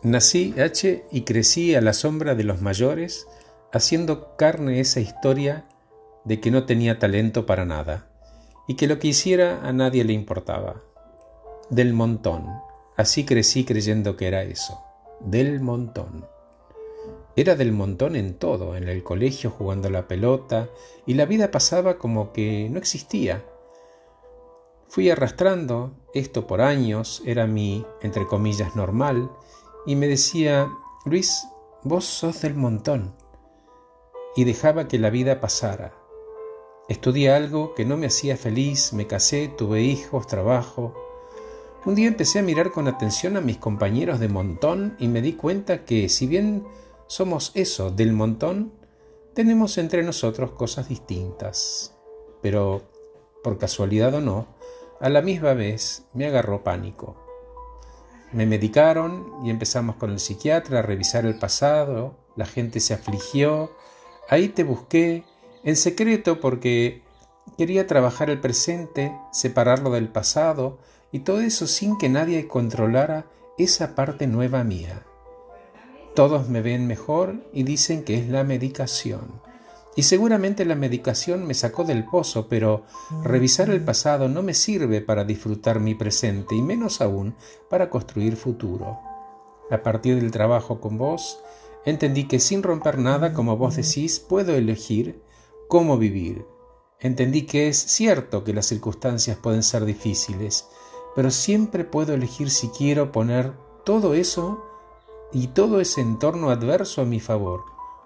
Nací, y crecí a la sombra de los mayores, haciendo carne esa historia de que no tenía talento para nada y que lo que hiciera a nadie le importaba. Del montón, así crecí creyendo que era eso, del montón. Era del montón en todo, en el colegio jugando a la pelota, y la vida pasaba como que no existía. Fui arrastrando esto por años, era mi, entre comillas, normal, y me decía: Luis, vos sos del montón. Y dejaba que la vida pasara. Estudié algo que no me hacía feliz, me casé, tuve hijos, trabajo. Un día empecé a mirar con atención a mis compañeros de montón y me di cuenta que, si bien somos eso, del montón, tenemos entre nosotros cosas distintas. Pero, por casualidad o no, a la misma vez me agarró pánico. Me medicaron y empezamos con el psiquiatra a revisar el pasado. La gente se afligió. Ahí te busqué, en secreto, porque quería trabajar el presente, separarlo del pasado, y todo eso sin que nadie controlara esa parte nueva mía. Todos me ven mejor y dicen que es la medicación. Y seguramente la medicación me sacó del pozo, pero revisar el pasado no me sirve para disfrutar mi presente, y menos aún para construir futuro. A partir del trabajo con vos, entendí que sin romper nada, como vos decís, puedo elegir cómo vivir. Entendí que es cierto que las circunstancias pueden ser difíciles, pero siempre puedo elegir si quiero poner todo eso y todo ese entorno adverso a mi favor.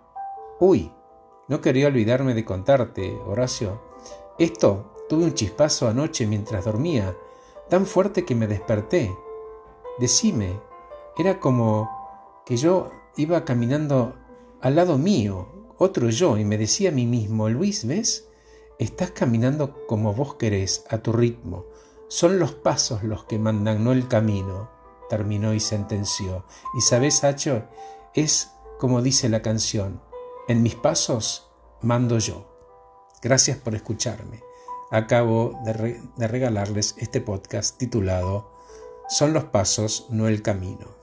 No quería olvidarme de contarte, Horacio. Tuve un chispazo anoche mientras dormía, tan fuerte que me desperté. Decime, era como que yo iba caminando al lado mío, otro yo, y me decía a mí mismo: Luis, ¿ves? Estás caminando como vos querés, a tu ritmo. Son los pasos los que mandan, no el camino, terminó y sentenció. Y sabes, Hacho, es como dice la canción: en mis pasos mando yo. Gracias por escucharme. Acabo de regalarles este podcast titulado Son los pasos, no el camino.